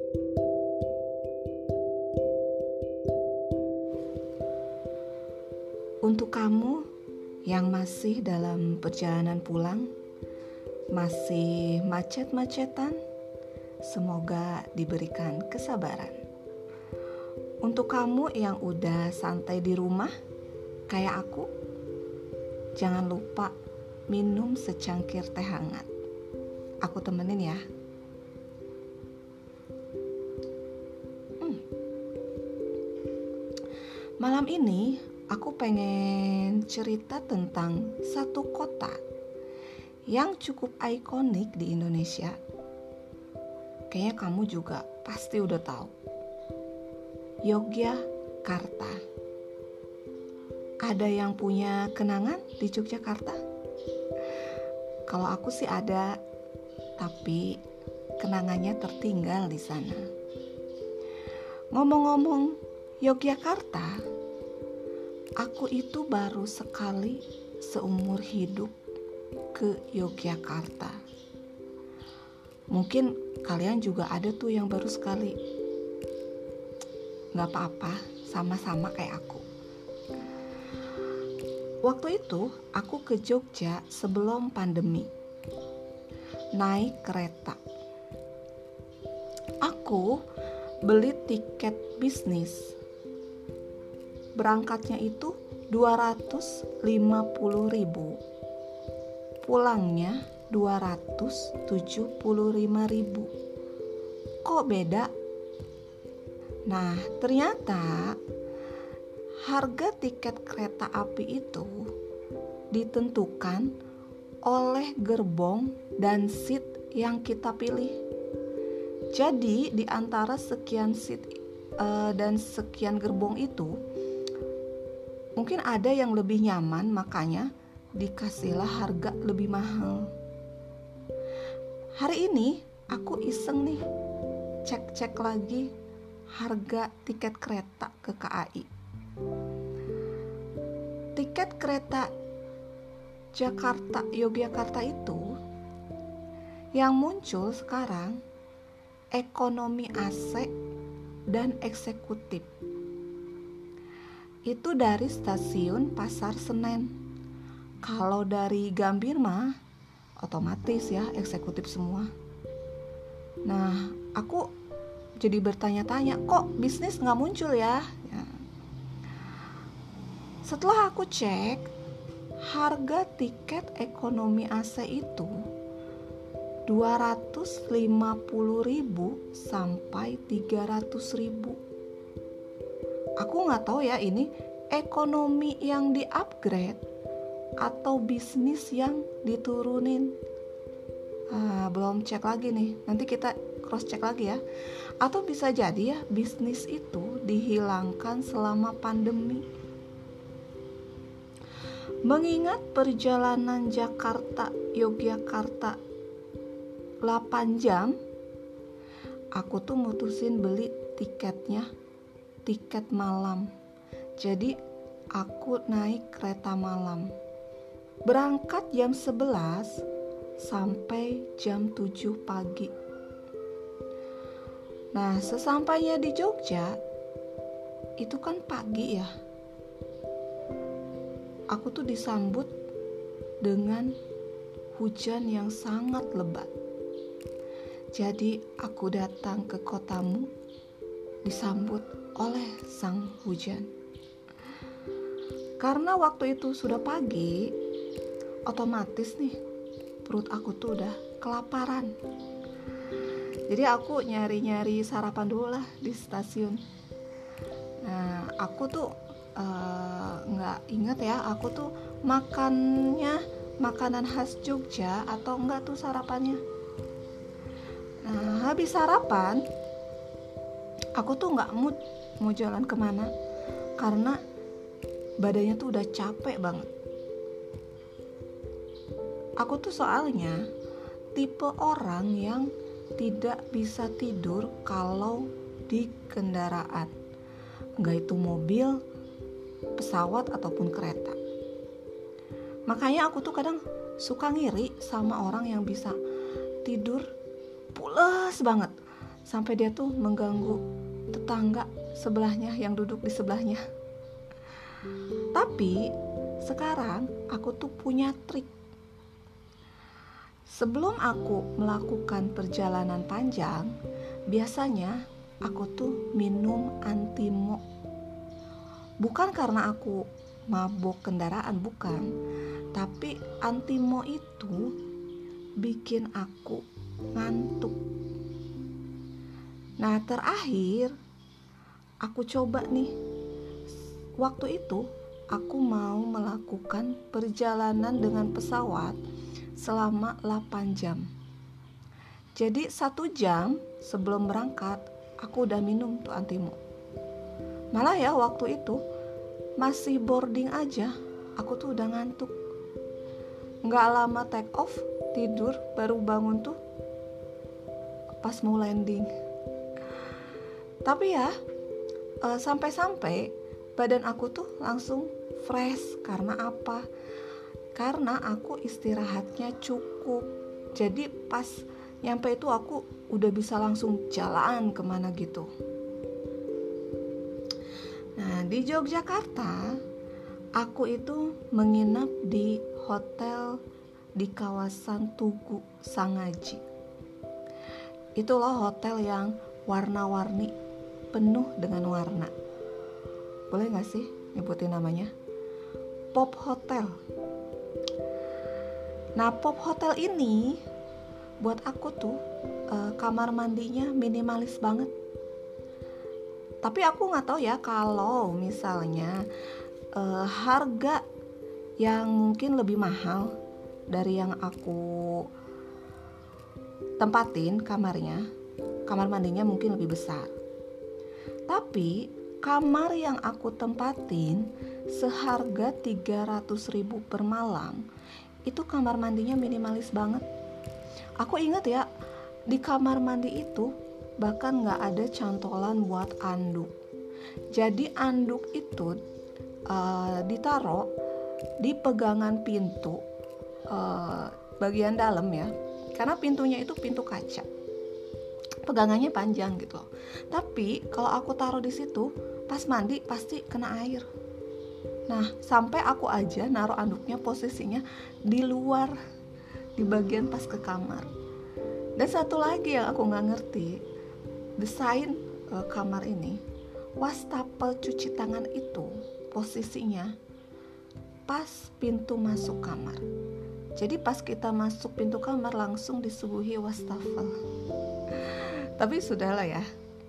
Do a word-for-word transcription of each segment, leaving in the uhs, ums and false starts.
Untuk kamu yang masih dalam perjalanan pulang, masih macet-macetan, semoga diberikan kesabaran. Untuk kamu yang udah santai di rumah, kayak aku, jangan lupa minum secangkir teh hangat. Aku temenin ya. Hmm. Malam ini aku pengen cerita tentang satu kota yang cukup ikonik di Indonesia. Kayaknya kamu juga pasti udah tahu. Yogyakarta. Ada yang punya kenangan di Yogyakarta? Kalau aku sih ada, tapi kenangannya tertinggal di sana. Ngomong-ngomong Yogyakarta, aku itu baru sekali seumur hidup ke Yogyakarta. Mungkin kalian juga ada tuh yang baru sekali. Gak apa-apa, sama-sama kayak aku. Waktu itu aku ke Jogja sebelum pandemi. Naik kereta. Aku beli tiket bisnis. Berangkatnya itu dua ratus lima puluh ribu. Pulangnya dua ratus tujuh puluh lima ribu. Kok beda? Nah, ternyata harga tiket kereta api itu ditentukan oleh gerbong dan seat yang kita pilih. Jadi di antara sekian seat uh, dan sekian gerbong itu, mungkin ada yang lebih nyaman, makanya dikasihlah harga lebih mahal. Hari ini aku iseng nih cek-cek lagi harga tiket kereta ke K A I. Tiket kereta Jakarta Yogyakarta itu yang muncul sekarang ekonomi A C dan eksekutif. Itu dari stasiun Pasar Senen. Kalau dari Gambir mah otomatis ya eksekutif semua. Nah, aku jadi bertanya-tanya, kok bisnis gak muncul ya? Ya. Setelah aku cek, harga tiket ekonomi A C itu dua ratus lima puluh ribu sampai tiga ratus ribu. Aku gak tahu ya ini ekonomi yang di-upgrade atau bisnis yang diturunin. Ah, belum cek lagi nih, nanti kita cross check lagi ya. Atau bisa jadi ya bisnis itu dihilangkan selama pandemi. Mengingat perjalanan Jakarta Yogyakarta delapan jam, aku tuh mutusin beli tiketnya tiket malam. Jadi aku naik kereta malam. Berangkat jam sebelas sampai jam tujuh pagi. Nah, sesampainya di Jogja, itu kan pagi ya. Aku tuh disambut dengan hujan yang sangat lebat. Jadi aku datang ke kotamu disambut oleh sang hujan. Karena waktu itu sudah pagi, otomatis nih perut aku tuh udah kelaparan. Jadi aku nyari-nyari sarapan dulu lah di stasiun. Nah, aku tuh nggak uh, ingat ya, aku tuh makannya makanan khas Jogja atau enggak tuh sarapannya. Nah, habis sarapan, aku tuh nggak mood mau jalan kemana karena badannya tuh udah capek banget. Aku tuh soalnya tipe orang yang tidak bisa tidur kalau di kendaraan, nggak itu mobil, pesawat ataupun kereta. Makanya aku tuh kadang suka ngiri sama orang yang bisa tidur pules banget sampai dia tuh mengganggu tetangga sebelahnya yang duduk di sebelahnya. Tapi sekarang aku tuh punya trik. Sebelum aku melakukan perjalanan panjang, biasanya aku tuh minum antimo. Bukan karena aku mabuk kendaraan, bukan. Tapi antimo itu bikin aku ngantuk. Nah, terakhir aku coba nih. Waktu itu aku mau melakukan perjalanan dengan pesawat selama delapan jam. Jadi satu jam sebelum berangkat aku udah minum tuh antimo. Malah ya waktu itu masih boarding aja aku tuh udah ngantuk. Nggak lama take off, tidur, baru bangun tuh pas mau landing. Tapi ya uh, sampai-sampai badan aku tuh langsung fresh. Karena apa? Karena aku istirahatnya cukup. Jadi pas nyampe itu aku udah bisa langsung jalan kemana gitu. Nah, di Yogyakarta aku itu menginap di hotel di kawasan Tugu Sangaji. Itu loh hotel yang warna-warni, penuh dengan warna. Boleh gak sih nyebutin namanya? Pop Hotel. Nah, Pop Hotel ini buat aku tuh eh, kamar mandinya minimalis banget. Tapi aku gak tahu ya kalau misalnya eh, harga yang mungkin lebih mahal dari yang aku tempatin kamarnya, kamar mandinya mungkin lebih besar. Tapi kamar yang aku tempatin seharga tiga ratus ribu per malam, itu kamar mandinya minimalis banget. Aku ingat ya, di kamar mandi itu bahkan gak ada cantolan buat anduk. Jadi anduk itu uh, ditaruh di pegangan pintu uh, bagian dalam ya. Karena pintunya itu pintu kaca, pegangannya panjang gitu loh. Tapi kalau aku taruh di situ, pas mandi pasti kena air. Nah, sampai aku aja naruh anduknya posisinya di luar, di bagian pas ke kamar. Dan satu lagi yang aku nggak ngerti, desain uh, kamar ini, wastafel cuci tangan itu posisinya pas pintu masuk kamar. Jadi pas kita masuk pintu kamar langsung disuguhi wastafel. Tapi sudahlah ya.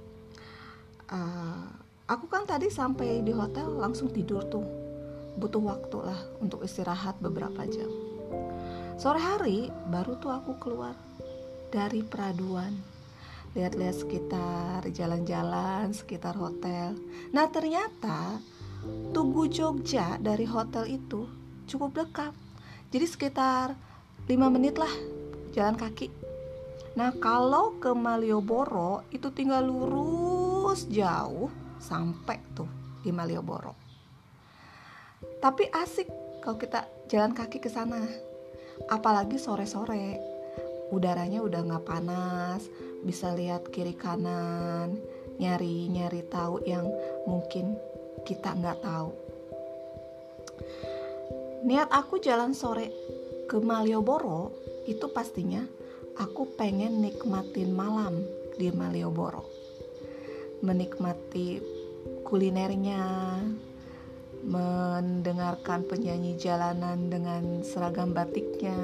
Uh, aku kan tadi sampai di hotel langsung tidur tuh. Butuh waktu lah untuk istirahat beberapa jam. Sore hari baru tuh aku keluar dari Peraduan. Lihat-lihat sekitar, jalan-jalan sekitar hotel. Nah, ternyata Tugu Jogja dari hotel itu cukup dekat. Jadi sekitar lima menit lah jalan kaki. Nah, kalau ke Malioboro itu tinggal lurus jauh sampai tuh di Malioboro. Tapi asik kalau kita jalan kaki ke sana. Apalagi sore-sore. Udaranya udah gak panas, bisa lihat kiri kanan, nyari-nyari tahu yang mungkin kita gak tahu. Niat aku jalan sore ke Malioboro itu pastinya aku pengen nikmatin malam di Malioboro. Menikmati kulinernya, mendengarkan penyanyi jalanan dengan seragam batiknya.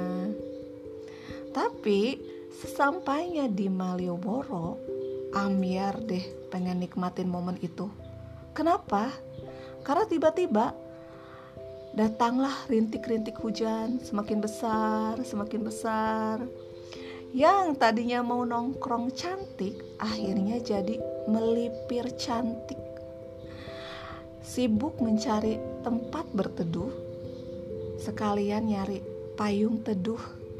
Tapi sesampainya di Malioboro, ambiar deh pengen nikmatin momen itu. Kenapa? Karena tiba-tiba datanglah rintik-rintik hujan semakin besar, semakin besar. Yang tadinya mau nongkrong cantik, akhirnya jadi melipir cantik. Sibuk mencari tempat berteduh, sekalian nyari payung teduh.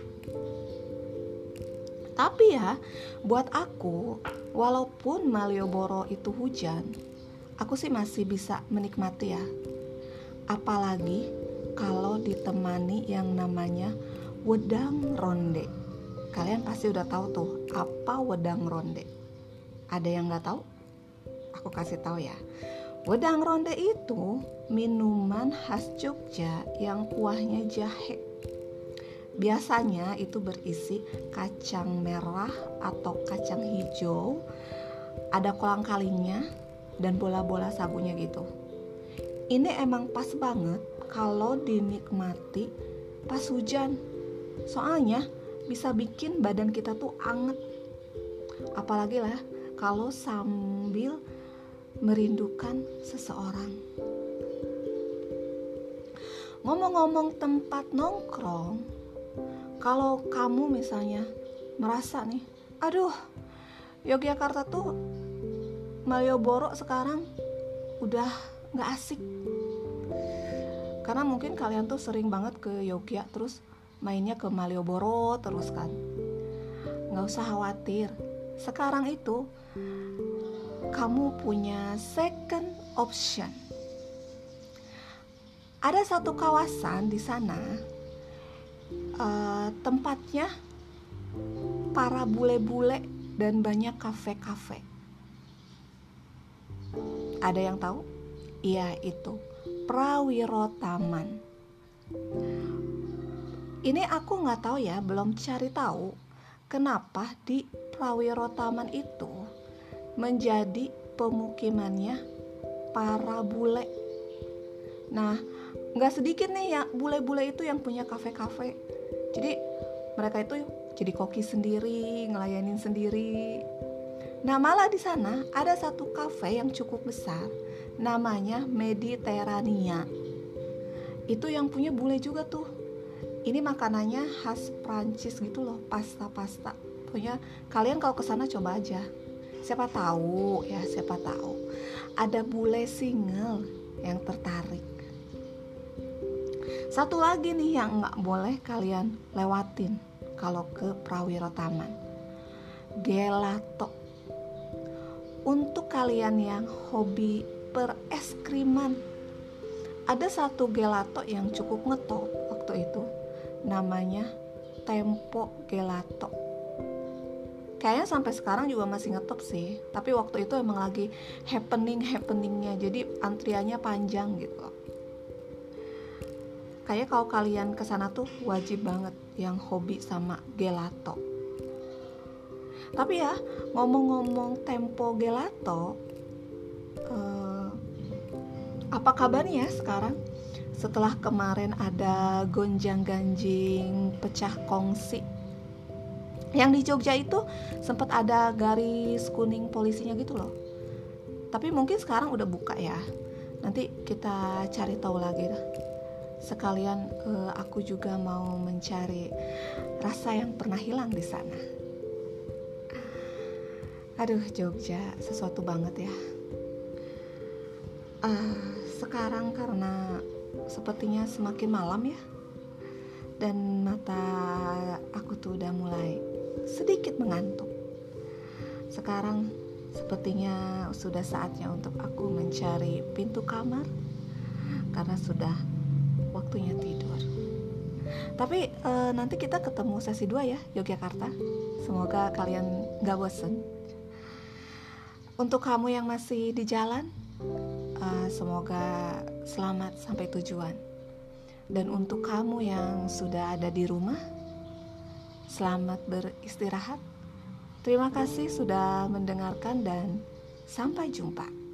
Tapi ya, buat aku, walaupun Malioboro itu hujan, aku sih masih bisa menikmati ya. Apalagi kalau ditemani yang namanya wedang ronde. Kalian pasti udah tahu tuh apa wedang ronde. Ada yang nggak tahu? Aku kasih tahu ya. Wedang ronde itu minuman khas Jogja yang kuahnya jahe. Biasanya itu berisi kacang merah atau kacang hijau, ada kolang-kalingnya dan bola-bola sagunya gitu. Ini emang pas banget kalau dinikmati pas hujan. Soalnya bisa bikin badan kita tuh anget. Apalagi lah kalau sambil merindukan seseorang. Ngomong-ngomong tempat nongkrong, kalau kamu misalnya merasa nih, aduh, Yogyakarta tuh Malioboro sekarang udah gak asik. Karena mungkin kalian tuh sering banget ke Yogya, terus mainnya ke Malioboro terus kan. Gak usah khawatir, sekarang itu kamu punya second option. Ada satu kawasan di sana, uh, tempatnya para bule-bule dan banyak kafe-kafe. Ada yang tahu? Iya, itu Prawiro Taman. Ini aku nggak tahu ya, belum cari tahu kenapa di Prawiro Taman itu menjadi pemukimannya para bule. Nah, nggak sedikit nih ya bule-bule itu yang punya kafe-kafe. Jadi mereka itu jadi koki sendiri, ngelayanin sendiri. Nah, malah di sana ada satu kafe yang cukup besar, namanya Mediterania. Itu yang punya bule juga tuh. Ini makanannya khas Prancis gitu loh, pasta-pasta. Pokoknya kalian kalau kesana coba aja. Siapa tahu ya, siapa tahu ada bule single yang tertarik. Satu lagi nih yang nggak boleh kalian lewatin kalau ke Prawiro Taman, gelato. Untuk kalian yang hobi pereskriman, ada satu gelato yang cukup ngetop waktu itu, namanya Tempo Gelato. Kayaknya sampai sekarang juga masih ngetop sih, tapi waktu itu emang lagi happening-happeningnya, jadi antriannya panjang gitu. Kayak kalau kalian kesana tuh wajib banget yang hobi sama gelato. Tapi ya, ngomong-ngomong Tempo Gelato, eh, apa kabarnya sekarang? Setelah kemarin ada gonjang-ganjing pecah kongsi, yang di Jogja itu sempat ada garis kuning polisinya gitu loh. Tapi mungkin sekarang udah buka ya. Nanti kita cari tahu lagi dah. Sekalian uh, aku juga mau mencari rasa yang pernah hilang di sana. Aduh, Jogja sesuatu banget ya. Uh, sekarang karena sepertinya semakin malam ya, dan mata aku tuh udah mulai sedikit mengantuk. Sekarang sepertinya sudah saatnya untuk aku mencari pintu kamar karena sudah waktunya tidur. Tapi e, nanti kita ketemu sesi dua ya, Yogyakarta. Semoga kalian gak bosen. Untuk kamu yang masih di jalan, e, semoga selamat sampai tujuan. Dan untuk kamu yang sudah ada di rumah, selamat beristirahat. Terima kasih sudah mendengarkan dan sampai jumpa.